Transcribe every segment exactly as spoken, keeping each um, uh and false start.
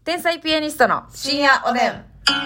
天才ピアニストの深夜おでん。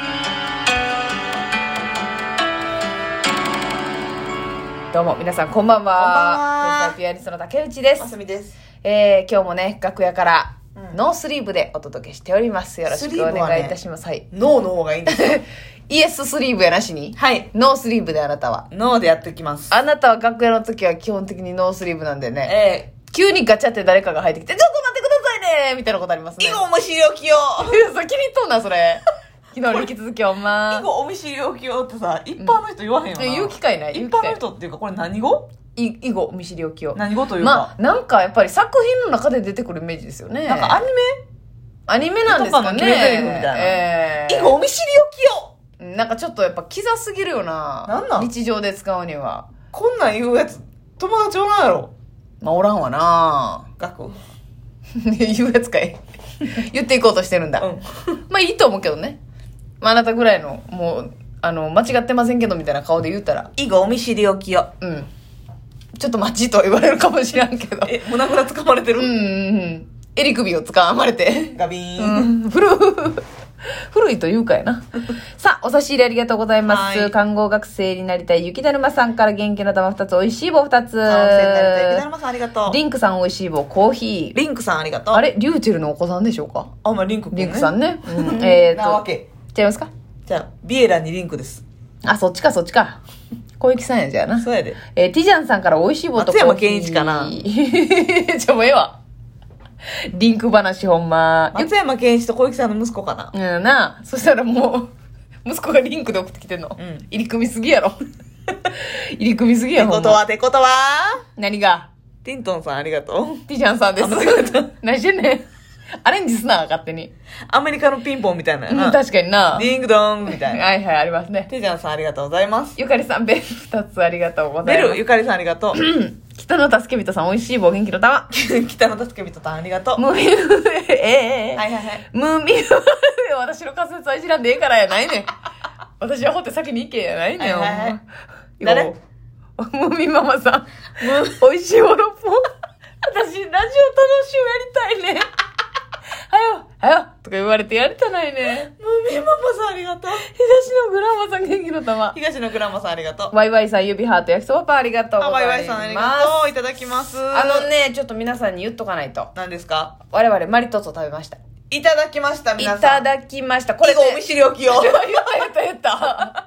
どうも皆さんこんばんは。 こんばんは。 天才ピアニストの竹内です。 ますみです。 えー、今日もね楽屋から、 うん、 ノースリーブでお届けしております。よろしくお願いいたします。ね、はい。 ノーの方がいいんですよ。 イエススリーブやなしに、 はい。 ノースリーブであなたは。 ノーでやってきます。 あなたは楽屋の時は基本的にノースリーブなんでね。 ええー。 急にガチャって誰かが入ってきて、ちょっと待ってくださいねみたいなことありますね。 以後お見知りおきよ。 それ気に入っとんな、それ。昨日に引き続きおま以後お見知りおきよってさ、一般の人言わへんよな。 うん、言う機会ない。 一般の人っていうか、これ何語？ い以後お見知りおきよ。 何語というか。 まあ、なんかやっぱり作品の中で出てくるイメージですよね。 なんかアニメアニメなんですかね。 とかの決め台詞みたいな。えー、以後お見知りおきよ。 なんかちょっとやっぱキザすぎるよな。 なんなん？ 日常で使うには。 こんなん言うやつ、友達おらんやろ。 まあおらんわな。 学言うやつかい。言っていこうとしてるんだ。うん、まあいいと思うけどね。まああなたぐらいの、もう、あの、間違ってませんけどみたいな顔で言ったら。 以後お見知りおきよ。 うん。ちょっとマジとは言われるかもしらんけど。 え、胸ぐらつかまれてる？ うんうんうん。襟首をつかまれて。 ガビーン。 うん、古古いというかやな。さあ、お差し入れありがとうございます。看護学生になりたい雪だるまさんから元気の玉ふたつ、おいしい棒ふたつ。 看護生になりたい雪だるまさんありがとう。 リンクさんおいしい棒、コーヒー。 リンクさんありがとう。 あれリューチェルのお子さんでしょうか？ あ、まあリンクくんね。 リンクさんね。うん、えー、っと。 なわけ。 ちゃいますか？ じゃあ、ビエラにリンクです。 あ、そっちかそっちか。小雪さんやじゃあな。 そうやで。 えー、ティジャンさんからおいしい棒とコーヒー。 松山健一かな。 ちょ、もうええわ。リンク話ほんま。 松山健一と小雪さんの息子かな。 うんな。そしたらもう、息子がリンクで送ってきてんの。うん。入り組みすぎやろ。入り組みすぎやろ。 てことは、てことは何が？ ティントンさんありがとう。 ティジャンさんです。何してんねん。アレンジすな、勝手に。 アメリカのピンポンみたいなやな。 うん、確かにな。 ディングドンみたいな。 はいはい、ありますね。 ティジャンさんありがとうございます。 ゆかりさん、ベルふたつありがとうございます。 ベル、ゆかりさんありがとう。 北野助け人さん、おいしい棒、元気の玉。 北野助け人さんありがとう。 ムーミン、ええー。はいはいはい。 ムーミン、私の仮説はいじらんでええからやないねん。私はほって先に行けやないねん。 はいはいはい、誰？ ムーミンママさん、おいしい棒ろっぽん。私、ラジオ楽しゅうやりたいね。はよ、はよとか言われてやりたないね。 ムーミンママさんありがとう。 東野グランマさん元気の玉。 東野グランマさんありがとう。 ワイワイさん指ハート焼きそばパンありがとうございます。 ワイワイさんありがとう。いただきます。 あのね、ちょっと皆さんに言っとかないと。 何ですか？ 我々マリトッツォ食べました。 いただきました、皆さん。 いただきました。これ、 ね、以後お見知りおきよ。 言った言った言った。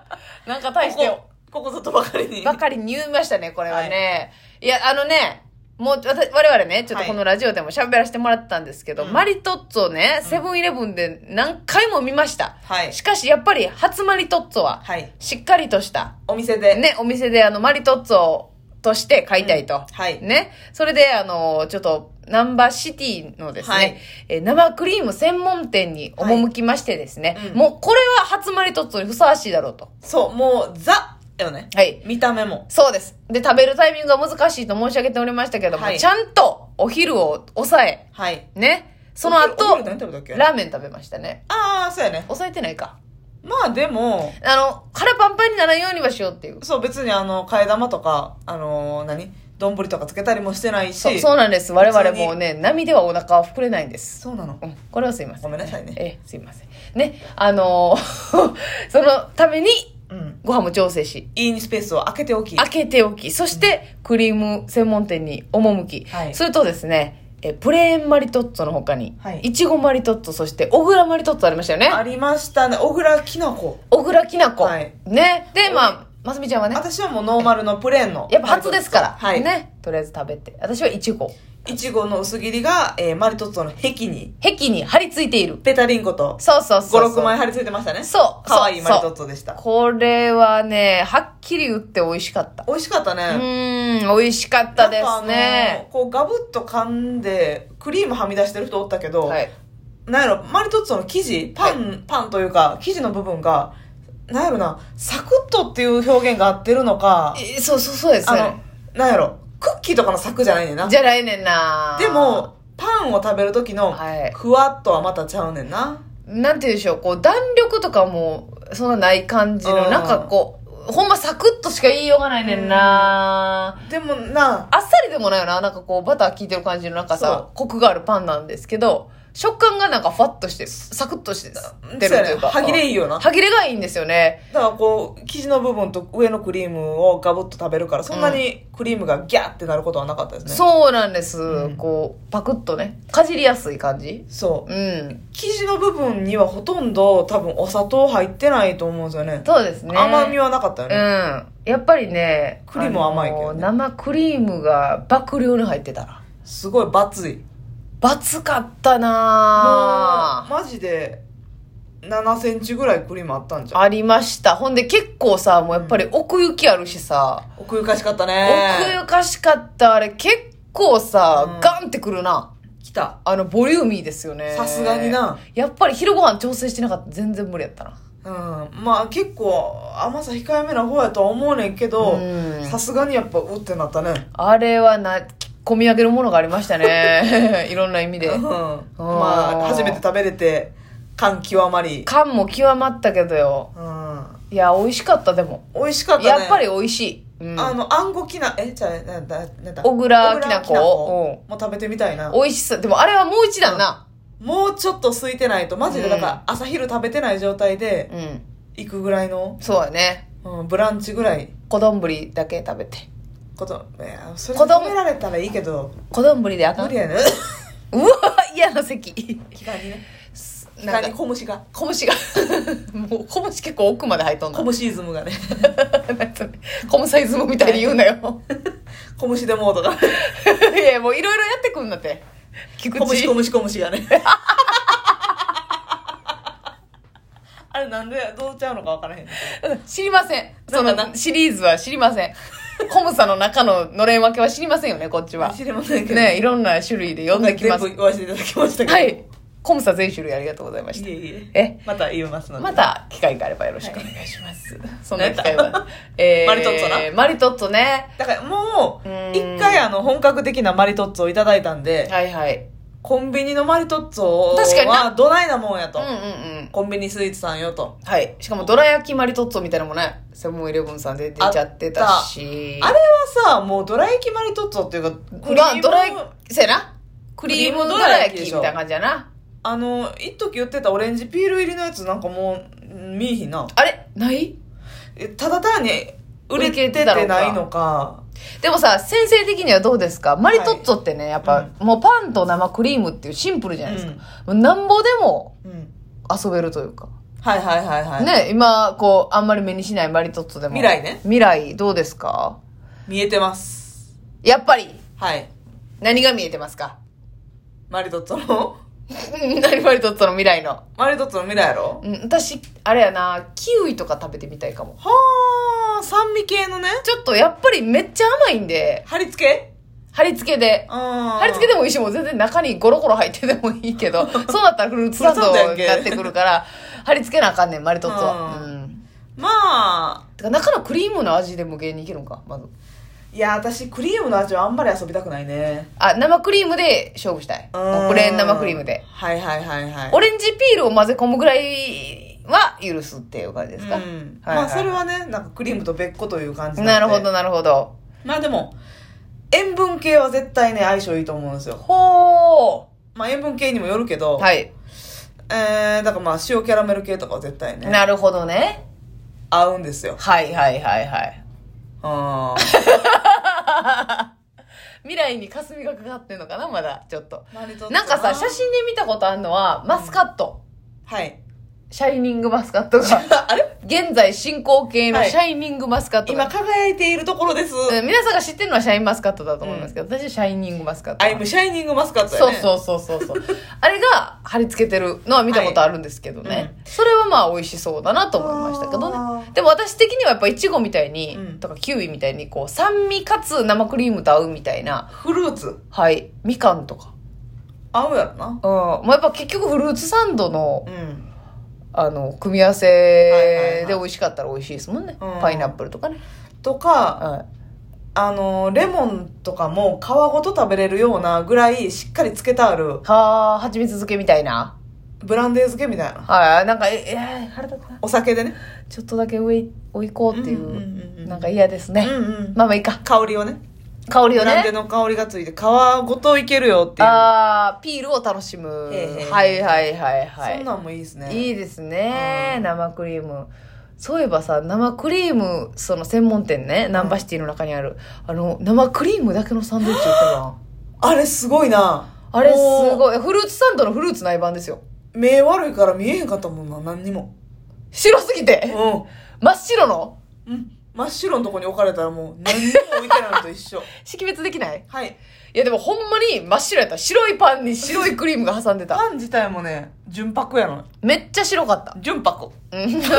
なんか大してここ、ここぞとばかりに。 ばかりに言いましたね、これはね。はい、いや、あのね、もう、我々ね、ちょっとこのラジオでも喋らせてもらってたんですけど、はい、マリトッツォね、セブンイレブンで何回も見ました。はい。しかし、やっぱり、初マリトッツォは、はい。しっかりとした。 お店で。 ね、お店で、あの、マリトッツォとして買いたいと。うん、はい。ね。それで、あの、ちょっと、ナンバーシティのですね、はい、えー、生クリーム専門店に赴きましてですね、はい、うん、もう、これは初マリトッツォにふさわしいだろうと。 そう、もう、ザよね。はい。見た目も。 そうです。で、食べるタイミングが難しいと申し上げておりましたけども、はい、ちゃんとお昼を抑え、はい。ね。その後、ラーメン食べましたね。 ああ、そうやね。 抑えてないか。 まあでも、 あの、腹パンパンにならんようにはしようっていう。 そう、別にあの、替え玉とか、あのー、何丼とかつけたりもしてないし。 そう、そうなんです。我々もうね、波ではお腹は膨れないんです。 そうなの。 うん。これはすいません。 ごめんなさいね。 え、すいません。ね。あのー、そのために、うん、ご飯も調整し。 いいスペースを開けておき。 開けておき。そして、クリーム専門店に赴き。はい。それとですね、え、プレーンマリトッツォの他に、はい。いちごマリトッツォ、そして、小倉マリトッツォありましたよね。 ありましたね。小倉きなこ。 小倉きなこ。はい。ね。で、まあ、ますみちゃんはね。 私はもうノーマルのプレーンの。 やっぱ初ですから。 はい。 ね。とりあえず食べて。私はいちご。 いちごの薄切りが、えー、マリトッツォの壁に。 壁に貼り付いている。 ペタリンコと。 そうそうそうそう。 ご、ろくまい貼り付いてましたね。 そう。 かわいいマリトッツォでした。 これはね、はっきり言って美味しかった。 美味しかったね。 うーん、美味しかったですね。 こうガブッと噛んで、クリームはみ出してる人おったけど、はい。なんやろ、マリトッツォの生地、パン、はい、パンというか、生地の部分が、なんやろな、サクッとっていう表現が合ってるのか。 え、そうそうそうですね。あの、 なんやろ、クッキーとかのサクじゃないねんな。 じゃないねんな。 でも、パンを食べる時の、ふわっとはまたちゃうねんな。はい、 なんて言うんでしょう、こう、弾力とかも、そんなない感じの、なんかこう、ほんまサクッとしか言いようがないねんな、 うん、でもな、 あっさりでもないよな。なんかこう、バター効いてる感じのなんかさ、コクがあるパンなんですけど、 食感がなんかファッとしてサクッとして出るというか、 歯切れいいよな。 歯切れがいいんですよね。 だからこう生地の部分と上のクリームをガブッと食べるからそんなにクリームがギャーってなることはなかったですね、うん、 そうなんです、 うん、 こうパクッとねかじりやすい感じ。 そう、 うん、 生地の部分にはほとんど多分お砂糖入ってないと思うんですよね。 そうですね。 甘みはなかったよね。 うんやっぱりねクリームは甘いけどね、 生クリームが爆量に入ってたらすごいバツいバツかったなもうマジでななセンチぐらいクリームあったんじゃん。 ありました。ほんで結構さもうやっぱり奥行きあるしさ、 うん、奥ゆかしかったね。 奥ゆかしかった。あれ結構さ、うん、ガンってくるな。 きた。 あのボリューミーですよね。 さすがにな。 やっぱり昼ご飯調整してなかった。全然無理やったな。 うん、まあ結構甘さ控えめな方やとは思うねんけどさすがにやっぱうってなったね。 あれはな込み上げるものがありましたねいろんな意味で、うん、 まあ初めて食べれて感極まり感も極まったけどよ、うん、いや美味しかった。でも美味しかったね。 やっぱり美味しい、うん、 あのあんごきなえじゃあなんだなんだ小倉きなこも食べてみたいな。 美味しさでもあれはもう一段な、 うん、もうちょっと空いてないとマジでだから朝昼食べてない状態で、うん行くぐらいの。 そうやね、 うん、ブランチぐらい小丼だけ食べて子供いやそれ食べられたらいいけど小丼であかん。 無理やねうわ嫌な席気管にね気管に小虫が小虫がもう小虫結構奥まで入っとんだ。 小虫イズムがね小虫イズムみたいに言うなよ小虫でもうとかいやもういろいろやってくんだって菊池小虫小虫小虫がねあれなんでどうちゃうのか分からへん知りません。そのシリーズは知りません。コムサの中ののれん分けは知りませんよねこっちは。 知りませんけどねいろんな種類で読んできます。 全部言わせていただきましたけど。 はいコムサ全種類ありがとうございました。 いえいええまた言いますのでまた機会があればよろしくお願いします、はい、そんな機会は、えー、 マリトッツォなマリトッツォね。 だからもう一回あの本格的なマリトッツォをいただいたんで、 はいはいコンビニのマリトッツォはどないなもんやと、うんうんうん、コンビニスイーツさんよと。 はいしかもどら焼きマリトッツォみたいなのもねセブンイレブンさんで出ちゃってたしあ, あれはさもうどら焼きマリトッツォっていうかクリームどら焼きせやなクリームどら焼きみたいな感じやな。 あの一時言ってたオレンジピール入りのやつなんかもう見えひんな。 あれないただ単に売れててないのか。 でもさ先生的にはどうですか。マリトッツォってねやっぱ、うん、もうパンと生クリームっていうシンプルじゃないですか、うん、なんぼでも遊べるというか、 うん、はいはいはいはいね今こうあんまり目にしないマリトッツォでも未来ね未来どうですか。 見えてますやっぱり。 はい何が見えてますか。 マリトッツォの何マリトッツォの未来のマリトッツォの未来やろ、 うん、私あれやなキウイとか食べてみたいかも。 はあ酸味系のね。 ちょっとやっぱりめっちゃ甘いんで貼り付け貼り付けで貼り付けでもいいしもう全然中にゴロゴロ入ってでもいいけどそうなったらフルーツサンドになってくるから貼り付けなあかんねんマリトッツォは、うん、 まあてか中のクリームの味で無限にいけるんかまず。 いや私クリームの味はあんまり遊びたくないね。 あ生クリームで勝負したい。もうプレーン生クリームで。 はいはいはいはい。 オレンジピールを混ぜ込むぐらいは許すっていう感じですか、うんはいはい、 まあそれはねなんかクリームと別個という感じなので。なるほどなるほど。 まあでも塩分系は絶対ね相性いいと思うんですよ。 ほーまあ塩分系にもよるけどはいえー、だからまあ塩キャラメル系とかは絶対ねなるほどね合うんですよ。 はいはいはいはいあ未来に霞がかかってんのかなまだちょっとなんかさ写真で見たことあるのはマスカット、 うん、はいシャイニングマスカットがあれ現在進行形のシャイニングマスカットが、 はい、今輝いているところです、 うん、皆さんが知ってるのはシャインマスカットだと思いますけど、うん、私はシャイニングマスカットアイムシャイニングマスカットやね。 そうそうそうそうそうあれが貼り付けてるのは見たことあるんですけどね、はいうん、それはまあ美味しそうだなと思いましたけどね。でも私的にはやっぱイチゴみたいに、うん、とかキウイみたいにこう酸味かつ生クリームと合うみたいなフルーツはいみかんとか合うやろな。うんもうやっぱ結局フルーツサンドの、うんあの組み合わせで美味しかったら美味しいですもんね、はいはいはい、パイナップルとかねとか、はい、あのレモンとかも皮ごと食べれるようなぐらいしっかり漬けてあるはあ蜂蜜漬けみたいなブランデー漬けみたいなはいなんかええ腹立つなお酒でねちょっとだけ上行こうっていう、うんうんうんうん、なんか嫌ですね、うんうん、まあまあいいか香りをね香りをね。 ブランデの香りがついて、皮ごといけるよっていう。 あー、ピールを楽しむ。 へーへーはいはいはいはい。 そんなんもいいですね。 いいですね。生クリーム。そういえばさ、生クリーム、その専門店ね、ナンバーシティの中にある、あの、生クリームだけのサンドイッチ売ってるな。 あれすごいな。 あれすごい。フルーツサンドのフルーツない版ですよ。 目悪いから見えへんかったもんな、何にも。 白すぎて。 うん。 真っ白のうん。真っ白のとこに置かれたらもう何にも置いてないのと一緒。 識別できない？ はい。 いやでもほんまに真っ白やった。白いパンに白いクリームが挟んでた。 パン自体もね、純白やの。 めっちゃ白かった。 純白。 うん。発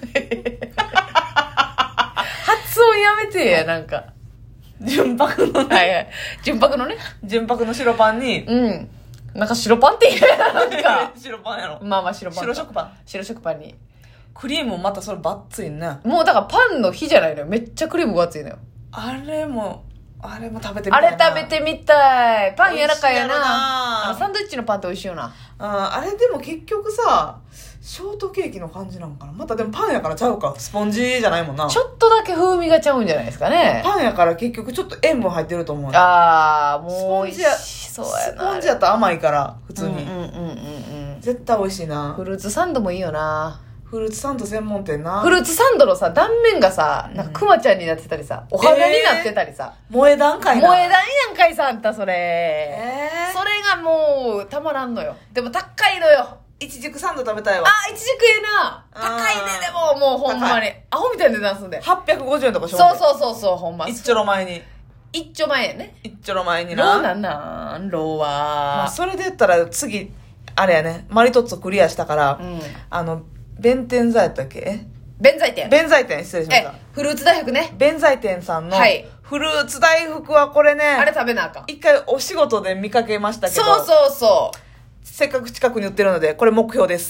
音やめてや、なんか。 純白のね。 はいはい。純白のね。 純白の白パンに。 うん。なんか白パンって言うやんなんか。 白パンやろ。 まあまあ白パン。 白食パン。 白食パンに。 クリームもまたそれバッツいね。 もうだからパンの日じゃないのよ。めっちゃクリーム分厚いのよ。 あれも、あれも食べてみたいな。 あれ食べてみたい。パン柔らかいやな。 美味しいやろなあのサンドイッチのパンって美味しいよな。 あ, あれでも結局さ、ショートケーキの感じなのかな。またでもパンやからちゃうか。スポンジじゃないもんな。 ちょっとだけ風味がちゃうんじゃないですかね。 パンやから結局ちょっと塩分入ってると思う。 ああ、もう美味しそうやな。 スポンジやったら甘いから普通に。 うんうんうんうんうん。 絶対美味しいな。 フルーツサンドもいいよな。 フルーツサンド専門店な。 フルーツサンドのさ、断面がさ、なんかクマちゃんになってたりさ、お花になってたりさ。 萌え段階な。 萌え段やんかいさんた、それ。 えー、 それがもう、たまらんのよ。でも高いのよ。 いちじくサンド食べたいわ。 あ、いちじくええな。高いね、でも、もうほんまに。アホみたいな値段すんで。 はっぴゃくごじゅうえんとかしょ。 そうそうそうそう、ほんま。 一丁の前に。 一丁前やね。 一丁の前にロな。 ーなんなんローは、 まあ、それで言ったら次、あれやね、マリトッツォクリアしたから、 うん、 あの、弁天座やったっけ？ 弁財天。 弁財天、失礼しました。 フルーツ大福ね。 弁財天さんの、 はい、 フルーツ大福はこれね、 あれ食べなあかん。 一回お仕事で見かけましたけど、 そうそうそう。 せっかく近くに売ってるので、これ目標です。